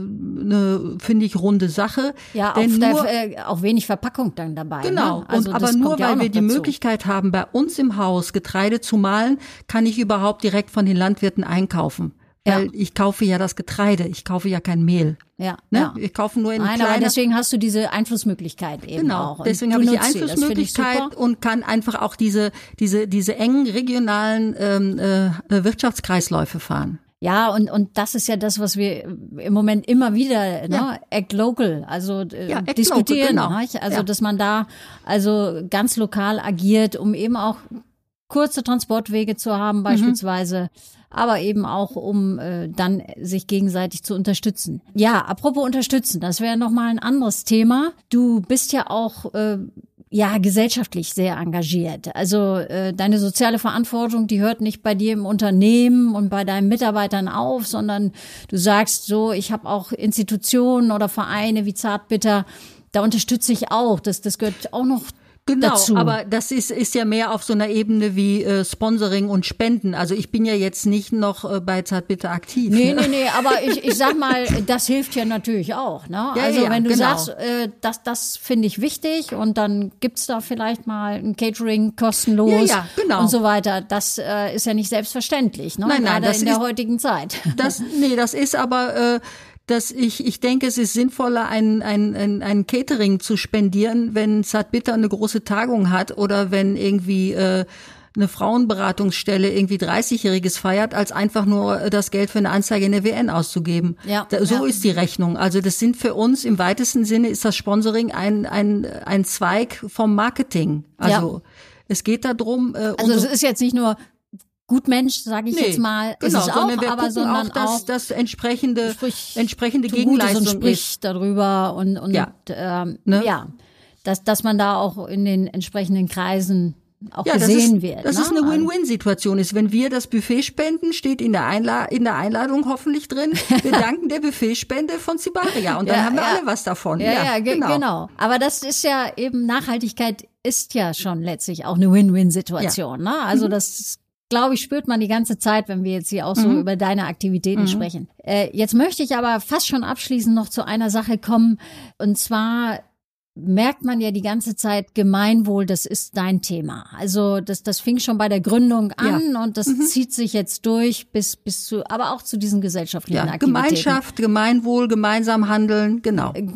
Speaker 3: eine, finde ich, runde Sache.
Speaker 2: Ja,
Speaker 3: Denn
Speaker 2: auch,
Speaker 3: nur,
Speaker 2: der, äh, auch wenig Verpackung dann dabei.
Speaker 3: Genau,
Speaker 2: ne? Also
Speaker 3: und, aber
Speaker 2: das
Speaker 3: nur
Speaker 2: kommt ja
Speaker 3: weil
Speaker 2: auch
Speaker 3: wir
Speaker 2: noch
Speaker 3: die
Speaker 2: dazu.
Speaker 3: Möglichkeit haben, bei uns im Haus Getreide zu mahlen, kann ich überhaupt direkt von den Landwirten einkaufen. Weil
Speaker 2: Ja.
Speaker 3: ich kaufe ja das Getreide, ich kaufe ja kein Mehl.
Speaker 2: Ja,
Speaker 3: Ne?
Speaker 2: ja.
Speaker 3: Ich kaufe nur in
Speaker 2: Nein,
Speaker 3: kleiner...
Speaker 2: aber deswegen hast du diese Einflussmöglichkeit eben
Speaker 3: Genau,
Speaker 2: auch. Und
Speaker 3: deswegen
Speaker 2: du
Speaker 3: habe ich die
Speaker 2: nutzt sie. Das finde ich
Speaker 3: Einflussmöglichkeit
Speaker 2: super.
Speaker 3: und kann einfach auch diese diese diese engen regionalen ähm, äh, Wirtschaftskreisläufe fahren.
Speaker 2: Ja, und und das ist ja das, was wir im Moment immer wieder, ne,
Speaker 3: Ja.
Speaker 2: act local, also äh,
Speaker 3: Ja, act
Speaker 2: diskutieren,
Speaker 3: local, genau.
Speaker 2: ne? Also
Speaker 3: Ja.
Speaker 2: dass man da also ganz lokal agiert, um eben auch kurze Transportwege zu haben beispielsweise, aber eben auch um äh, dann sich gegenseitig zu unterstützen. Ja, apropos unterstützen, das wäre noch mal ein anderes Thema. Du bist ja auch äh, ja gesellschaftlich sehr engagiert. Also äh, deine soziale Verantwortung, die hört nicht bei dir im Unternehmen und bei deinen Mitarbeitern auf, sondern du sagst so, ich habe auch Institutionen oder Vereine wie Zartbitter, da unterstütze ich auch. Das das gehört auch noch
Speaker 3: Genau,
Speaker 2: dazu.
Speaker 3: aber das ist ist ja mehr auf so einer Ebene wie äh, Sponsoring und Spenden. Also ich bin ja jetzt nicht noch äh, bei Zartbitter aktiv.
Speaker 2: Nee,
Speaker 3: ne?
Speaker 2: nee, nee, aber ich, ich sag mal, das hilft ja natürlich auch. Ne?
Speaker 3: Ja,
Speaker 2: also
Speaker 3: ja,
Speaker 2: wenn du
Speaker 3: genau.
Speaker 2: sagst, äh, das, das finde ich wichtig und dann gibt's da vielleicht mal ein Catering kostenlos
Speaker 3: Ja, ja, genau.
Speaker 2: und so weiter. Das äh, ist ja nicht selbstverständlich, ne?
Speaker 3: Nein, nein,
Speaker 2: Gerade
Speaker 3: das
Speaker 2: in der
Speaker 3: ist-
Speaker 2: heutigen Zeit.
Speaker 3: Das, nee, das ist aber, äh, dass ich, ich denke, es ist sinnvoller, ein, ein, ein, ein Catering zu spendieren, wenn Zartbitter eine große Tagung hat oder wenn irgendwie äh, eine Frauenberatungsstelle irgendwie dreißigjähriges feiert, als einfach nur das Geld für eine Anzeige in der W N auszugeben.
Speaker 2: Ja,
Speaker 3: Da, so
Speaker 2: ja.
Speaker 3: ist die Rechnung. Also das sind für uns im weitesten Sinne ist das Sponsoring ein, ein, ein Zweig vom Marketing. Also es geht darum, äh,
Speaker 2: Also es
Speaker 3: unsere-
Speaker 2: ist jetzt nicht nur Gutmensch, sage ich
Speaker 3: Nee,
Speaker 2: jetzt mal,
Speaker 3: genau,
Speaker 2: ist es
Speaker 3: sondern
Speaker 2: auch,
Speaker 3: wir
Speaker 2: aber
Speaker 3: gucken
Speaker 2: sondern
Speaker 3: auch, dass
Speaker 2: auch
Speaker 3: das entsprechende,
Speaker 2: sprich,
Speaker 3: entsprechende
Speaker 2: tu Gutes
Speaker 3: Gegenleistung
Speaker 2: und sprich
Speaker 3: ist.
Speaker 2: darüber und, und
Speaker 3: Ja.
Speaker 2: ähm,
Speaker 3: Ne?
Speaker 2: ja, dass, dass man da auch in den entsprechenden Kreisen auch
Speaker 3: Ja, das
Speaker 2: gesehen
Speaker 3: ist,
Speaker 2: wird.
Speaker 3: das
Speaker 2: ne?
Speaker 3: ist eine Win-Win-Situation. Ist, wenn wir das Buffet spenden, steht in der, Einla in der Einladung hoffentlich drin, wir danken der Buffetspende von Zibaria. Und dann
Speaker 2: Ja,
Speaker 3: haben wir
Speaker 2: ja.
Speaker 3: alle was davon.
Speaker 2: Ja, ja, ge
Speaker 3: genau.
Speaker 2: genau. Aber das ist ja eben, Nachhaltigkeit ist ja schon letztlich auch eine Win-Win-Situation. Ne? Also das, glaube ich, spürt man die ganze Zeit, wenn wir jetzt hier auch so
Speaker 3: Mhm.
Speaker 2: über deine Aktivitäten sprechen. Äh, jetzt möchte ich aber fast schon abschließend noch zu einer Sache kommen. Und zwar merkt man ja die ganze Zeit, Gemeinwohl, das ist dein Thema. Also das, das fing schon bei der Gründung an und das zieht sich jetzt durch bis, bis zu, aber auch zu diesen gesellschaftlichen
Speaker 3: Ja,
Speaker 2: Aktivitäten.
Speaker 3: Gemeinschaft, Gemeinwohl, gemeinsam handeln, genau. Ja.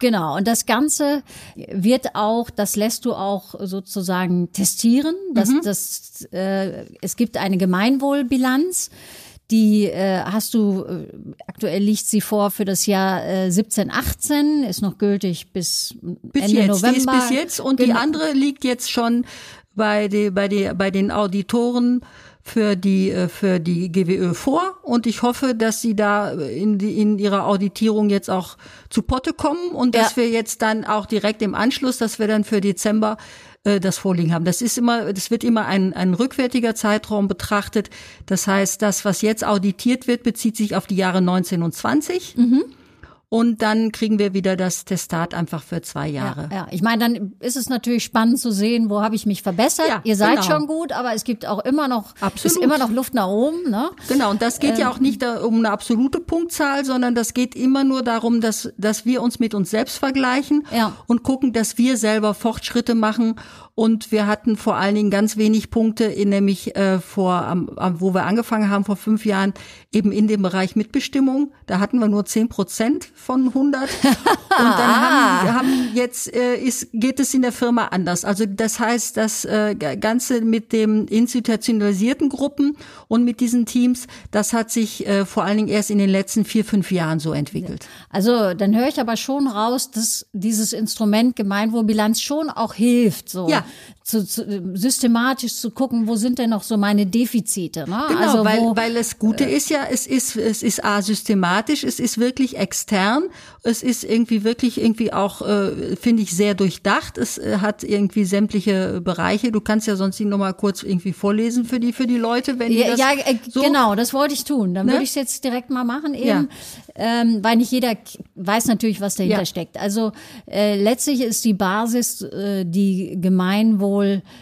Speaker 2: Genau, und das Ganze wird auch, das lässt du auch sozusagen testieren. Das, mhm. das, äh, es gibt eine Gemeinwohlbilanz, die äh, hast du, äh, aktuell liegt sie vor für das Jahr äh, siebzehn, achtzehn, ist noch gültig bis, bis Ende
Speaker 3: jetzt.
Speaker 2: November.
Speaker 3: Die ist bis jetzt und genau. Die andere liegt jetzt schon bei, die, bei, die, bei den Auditoren für die für die G W Ö vor und ich hoffe, dass sie da in die, in ihrer Auditierung jetzt auch zu Potte kommen und dass ja. wir jetzt dann auch direkt im Anschluss, dass wir dann für Dezember äh, das vorliegen haben. Das ist immer, das wird immer ein ein rückwärtiger Zeitraum betrachtet. Das heißt, das, was jetzt auditiert wird, bezieht sich auf die Jahre neunzehn und zwanzig. Mhm. Und dann kriegen wir wieder das Testat einfach für zwei Jahre.
Speaker 2: Ja, ja. Ich meine, dann ist es natürlich spannend zu sehen, wo habe ich mich verbessert. Ja, Ihr seid genau. schon gut, aber es gibt auch immer noch, Absolut. ist immer noch Luft nach oben. Ne?
Speaker 3: Genau, und das geht ähm, ja auch nicht um eine absolute Punktzahl, sondern das geht immer nur darum, dass, dass wir uns mit uns selbst vergleichen ja. und gucken, dass wir selber Fortschritte machen. Und wir hatten vor allen Dingen ganz wenig Punkte, in, nämlich äh, vor, am, am, wo wir angefangen haben vor fünf Jahren, eben in dem Bereich Mitbestimmung. Da hatten wir nur zehn Prozent von hundert. Und dann haben, haben jetzt äh, ist, geht es in der Firma anders. Also das heißt, das äh, Ganze mit dem institutionalisierten Gruppen und mit diesen Teams, das hat sich äh, vor allen Dingen erst in den letzten vier, fünf Jahren so entwickelt.
Speaker 2: Also dann höre ich aber schon raus, dass dieses Instrument Gemeinwohlbilanz schon auch hilft, so. Ja. Zu, zu, systematisch zu gucken, wo sind denn noch so meine Defizite, ne?
Speaker 3: Genau,
Speaker 2: also
Speaker 3: weil,
Speaker 2: wo,
Speaker 3: weil das Gute äh, ist ja, es ist, es ist a systematisch, es ist wirklich extern, es ist irgendwie wirklich irgendwie auch, äh, finde ich, sehr durchdacht, es äh, hat irgendwie sämtliche Bereiche, du kannst ja sonst noch mal kurz irgendwie vorlesen für die, für die Leute, wenn die
Speaker 2: ja,
Speaker 3: das
Speaker 2: ja äh,
Speaker 3: so,
Speaker 2: genau, das wollte ich tun, dann ne? würde ich es jetzt direkt mal machen eben, ja. ähm, weil nicht jeder weiß natürlich, was dahinter ja. steckt. Also äh, letztlich ist die Basis äh, die Gemeinwohl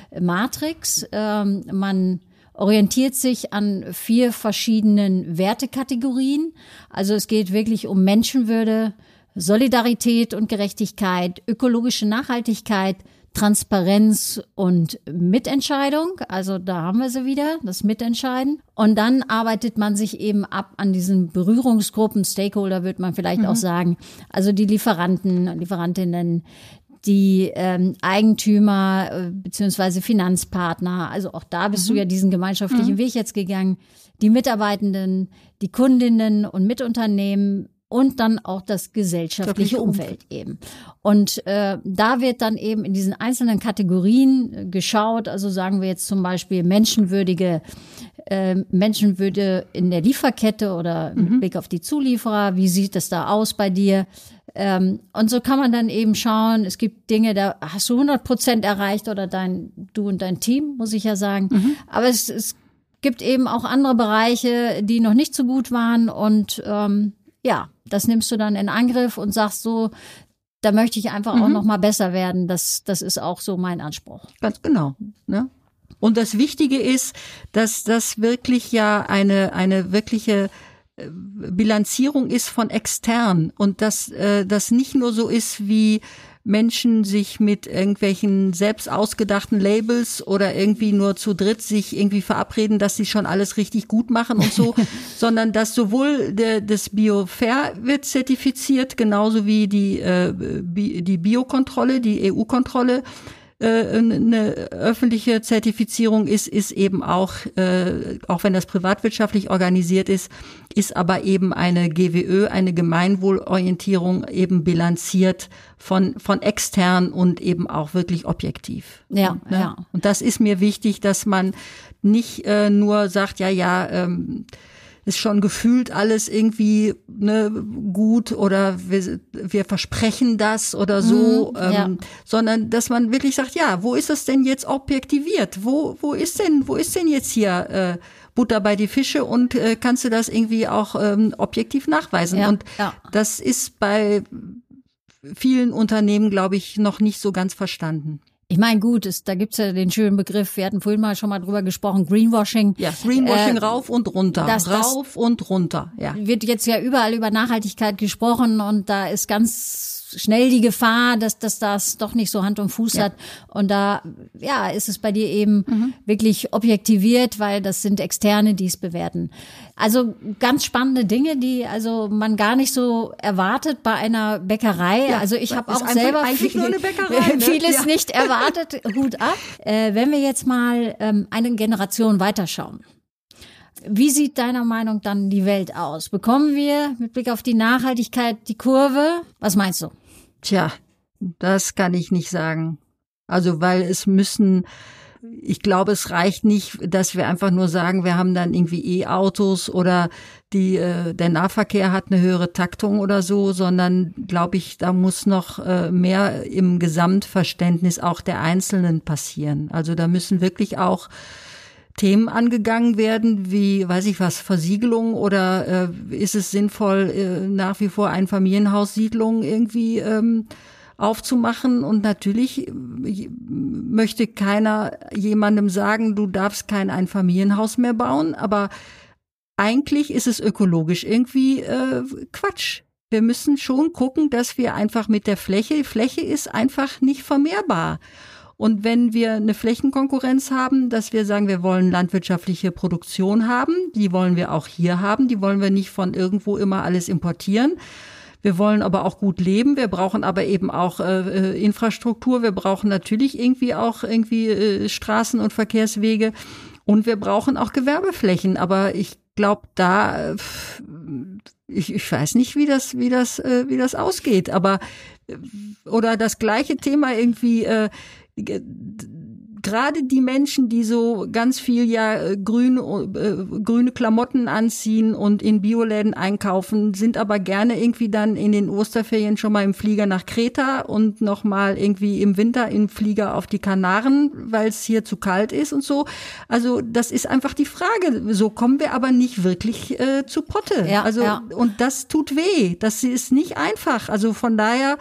Speaker 2: Matrix. Ähm, man orientiert sich an vier verschiedenen Wertekategorien. Also es geht wirklich um Menschenwürde, Solidarität und Gerechtigkeit, ökologische Nachhaltigkeit, Transparenz und Mitentscheidung. Also da haben wir sie wieder, das Mitentscheiden. Und dann arbeitet man sich eben ab an diesen Berührungsgruppen, Stakeholder wird man vielleicht mhm. auch sagen. Also die Lieferanten, Lieferantinnen, die ähm, Eigentümer äh, beziehungsweise Finanzpartner, also auch da bist mhm. du ja diesen gemeinschaftlichen mhm. Weg jetzt gegangen, die Mitarbeitenden, die Kundinnen und Mitunternehmen und dann auch das gesellschaftliche Umfeld eben. Und äh, da wird dann eben in diesen einzelnen Kategorien äh, geschaut, also sagen wir jetzt zum Beispiel menschenwürdige äh, Menschenwürde in der Lieferkette oder mhm. mit Blick auf die Zulieferer, wie sieht es da aus bei dir? Ähm, und so kann man dann eben schauen, es gibt Dinge, da hast du hundert Prozent erreicht oder dein, du und dein Team, muss ich ja sagen. Mhm. Aber es, es gibt eben auch andere Bereiche, die noch nicht so gut waren und ähm, ja, das nimmst du dann in Angriff und sagst so, da möchte ich einfach mhm. auch noch mal besser werden. Das, das ist auch so mein Anspruch.
Speaker 3: Ganz genau, ne? Und das Wichtige ist, dass das wirklich ja eine, eine wirkliche Bilanzierung ist von extern und dass äh, das nicht nur so ist, wie Menschen sich mit irgendwelchen selbst ausgedachten Labels oder irgendwie nur zu dritt sich irgendwie verabreden, dass sie schon alles richtig gut machen und so, sondern dass sowohl der, das Biofair wird zertifiziert, genauso wie die äh, die Biokontrolle, die E U-Kontrolle. Eine öffentliche Zertifizierung ist, ist eben auch, äh, auch wenn das privatwirtschaftlich organisiert ist, ist aber eben eine G W Ö, eine Gemeinwohlorientierung eben bilanziert von, von extern und eben auch wirklich objektiv.
Speaker 2: Ja,
Speaker 3: ne?
Speaker 2: ja.
Speaker 3: Und das ist mir wichtig, dass man nicht äh, nur sagt, ja, ja, ähm, ist schon gefühlt alles irgendwie ne, gut oder wir, wir versprechen das oder so, mm, ja. ähm, sondern dass man wirklich sagt, ja, wo ist das denn jetzt objektiviert? Wo wo ist denn wo ist denn jetzt hier äh, Butter bei die Fische und äh, kannst du das irgendwie auch ähm, objektiv nachweisen?
Speaker 2: Ja,
Speaker 3: und
Speaker 2: ja.
Speaker 3: das ist bei vielen Unternehmen, glaube ich, noch nicht so ganz verstanden.
Speaker 2: Ich meine, gut, ist, da gibt's ja den schönen Begriff, wir hatten vorhin mal schon mal drüber gesprochen, Greenwashing.
Speaker 3: Ja, Greenwashing äh, rauf und runter,
Speaker 2: das,
Speaker 3: rauf
Speaker 2: das
Speaker 3: und runter. Ja.
Speaker 2: Wird jetzt ja überall über Nachhaltigkeit gesprochen und da ist ganz schnell die Gefahr, dass, dass das doch nicht so Hand und Fuß ja. hat. Und da, ja, ist es bei dir eben mhm. wirklich objektiviert, weil das sind Externe, die es bewerten. Also ganz spannende Dinge, die also man gar nicht so erwartet bei einer Bäckerei. Ja, also ich habe auch selber
Speaker 3: eigentlich viel, nur eine Bäckerei, ne?
Speaker 2: vieles
Speaker 3: ja.
Speaker 2: nicht erwartet. Hut ab. Äh, wenn wir jetzt mal ähm, eine Generation weiterschauen. Wie sieht deiner Meinung dann die Welt aus? Bekommen wir mit Blick auf die Nachhaltigkeit die Kurve? Was meinst du?
Speaker 3: Tja, das kann ich nicht sagen. Also, weil es müssen, ich glaube, es reicht nicht, dass wir einfach nur sagen, wir haben dann irgendwie E-Autos oder die, äh, der Nahverkehr hat eine höhere Taktung oder so, sondern, glaube ich, da muss noch äh, mehr im Gesamtverständnis auch der Einzelnen passieren. Also da müssen wirklich auch Themen angegangen werden, wie, weiß ich was, Versiegelung oder äh, ist es sinnvoll, äh, nach wie vor Einfamilienhaussiedlungen irgendwie ähm, aufzumachen? Und natürlich äh, möchte keiner jemandem sagen, du darfst kein Einfamilienhaus mehr bauen, aber eigentlich ist es ökologisch irgendwie äh, Quatsch. Wir müssen schon gucken, dass wir einfach mit der Fläche, die Fläche ist einfach nicht vermehrbar. Und wenn wir eine Flächenkonkurrenz haben, dass wir sagen, wir wollen landwirtschaftliche Produktion haben, die wollen wir auch hier haben, die wollen wir nicht von irgendwo immer alles importieren. Wir wollen aber auch gut leben, wir brauchen aber eben auch äh, Infrastruktur, wir brauchen natürlich irgendwie auch irgendwie äh, Straßen und Verkehrswege und wir brauchen auch Gewerbeflächen. Aber ich glaube, da, ich, ich weiß nicht, wie das, wie das, äh, wie das ausgeht. Aber oder das gleiche Thema irgendwie. Äh, Gerade die Menschen, die so ganz viel ja grün, äh, grüne Klamotten anziehen und in Bioläden einkaufen, sind aber gerne irgendwie dann in den Osterferien schon mal im Flieger nach Kreta und noch mal irgendwie im Winter im Flieger auf die Kanaren, weil es hier zu kalt ist und so. Also das ist einfach die Frage. So kommen wir aber nicht wirklich äh, zu Potte.
Speaker 2: Ja,
Speaker 3: also
Speaker 2: ja.
Speaker 3: Und das tut weh. Das ist nicht einfach. Also von daher.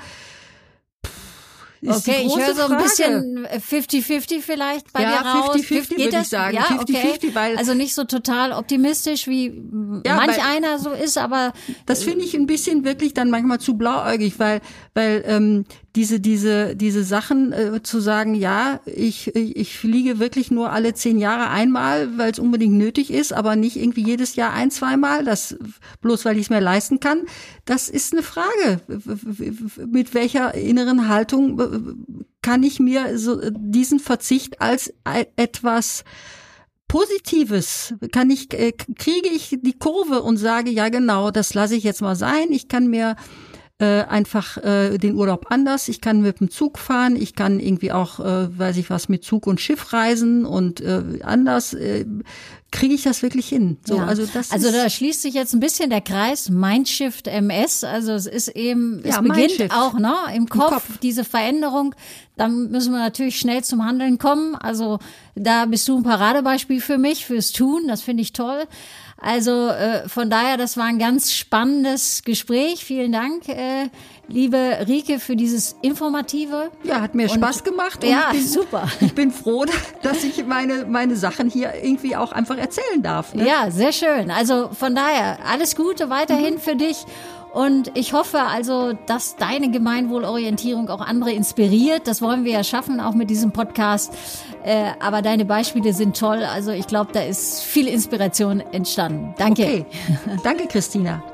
Speaker 3: Ist
Speaker 2: okay, ich höre so ein
Speaker 3: Frage.
Speaker 2: bisschen fifty fifty vielleicht bei
Speaker 3: ja,
Speaker 2: dir raus.
Speaker 3: fifty fifty würde ich sagen.
Speaker 2: Ja,
Speaker 3: fifty fifty,
Speaker 2: okay.
Speaker 3: weil
Speaker 2: also nicht so total optimistisch, wie
Speaker 3: ja,
Speaker 2: manch
Speaker 3: weil,
Speaker 2: einer so ist, aber
Speaker 3: das finde ich ein bisschen wirklich dann manchmal zu blauäugig, weil weil ähm, diese diese diese Sachen äh, zu sagen, ja, ich, ich ich fliege wirklich nur alle zehn Jahre einmal, weil es unbedingt nötig ist, aber nicht irgendwie jedes Jahr ein, zweimal, das bloß weil ich es mir leisten kann. Das ist eine Frage, mit welcher inneren Haltung kann ich mir so diesen Verzicht als etwas Positives, kann ich äh, kriege ich die Kurve und sage, ja genau, das lasse ich jetzt mal sein. Ich kann mir äh, einfach äh, den Urlaub anders, ich kann mit dem Zug fahren, ich kann irgendwie auch, äh, weiß ich was, mit Zug und Schiff reisen und äh, anders äh, kriege ich das wirklich hin. So,
Speaker 2: ja.
Speaker 3: also das
Speaker 2: also
Speaker 3: ist,
Speaker 2: da schließt sich jetzt ein bisschen der Kreis Mindshift M S. Also es ist eben, es
Speaker 3: ja,
Speaker 2: beginnt
Speaker 3: Mindshift.
Speaker 2: auch ne im Kopf,
Speaker 3: Im Kopf,
Speaker 2: diese Veränderung. Dann müssen wir natürlich schnell zum Handeln kommen. Also da bist du ein Paradebeispiel für mich, fürs Tun. Das finde ich toll. Also äh, von daher, das war ein ganz spannendes Gespräch. Vielen Dank, äh, liebe Rike, für dieses Informative.
Speaker 3: Ja, hat mir
Speaker 2: und,
Speaker 3: Spaß gemacht. Und
Speaker 2: ja,
Speaker 3: ich bin,
Speaker 2: super.
Speaker 3: Ich bin froh, dass ich meine meine Sachen hier irgendwie auch einfach erzählen darf. Ne?
Speaker 2: Ja, sehr schön. Also von daher, alles Gute weiterhin mhm. für dich. Und ich hoffe also, dass deine Gemeinwohlorientierung auch andere inspiriert. Das wollen wir ja schaffen, auch mit diesem Podcast. Äh, aber deine Beispiele sind toll. Also ich glaube, da ist viel Inspiration entstanden. Danke.
Speaker 3: Okay. Danke, Christina.